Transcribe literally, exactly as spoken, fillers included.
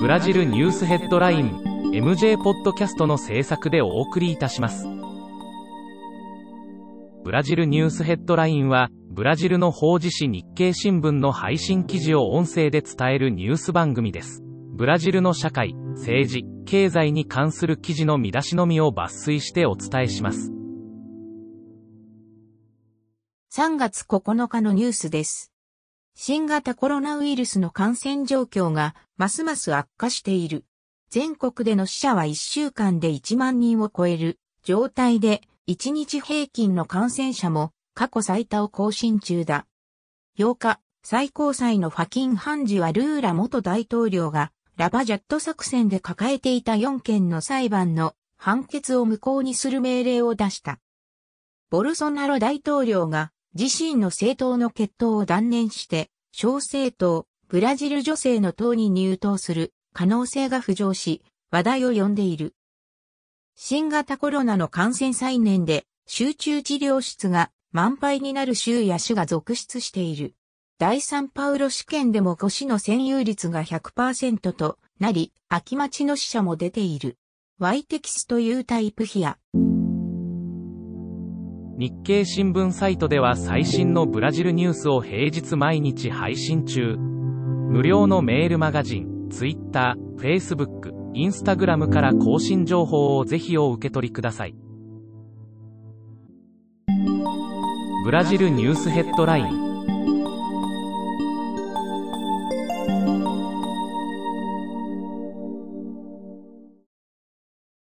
ブラジルニュースヘッドライン エムジェー ポッドキャストの制作でお送りいたします。ブラジルニュースヘッドラインは、ブラジルの法事紙日経新聞の配信記事を音声で伝えるニュース番組です。ブラジルの社会、政治、経済に関する記事の見出しのみを抜粋してお伝えします。 さんがつここのかのニュースです。新型コロナウイルスの感染状況がますます悪化している。全国での死者はいっしゅうかんでいちまんにんを超える状態で、いちにち平均の感染者も過去最多を更新中だ。ようか、最高裁のファキン・ハンジはルーラ元大統領がラバジャット作戦で抱えていたよんけんの裁判の判決を無効にする命令を出した。ボルソナロ大統領が自身の政党の結党を断念して、小政党、ブラジル女性の党に入党する可能性が浮上し、話題を呼んでいる。新型コロナの感染再燃で、集中治療室が満杯になる州や市が続出している。第三パウロ試験でもご市の占有率が ひゃくパーセント となり、秋待ちの死者も出ている。ワイテキスというタイプヒア。 日経新聞サイトでは最新のブラジルニュースを平日毎日配信中。無料のメールマガジン、Twitter、Facebook、Instagram から更新情報をぜひお受け取りください。ブラジルニュースヘッドライン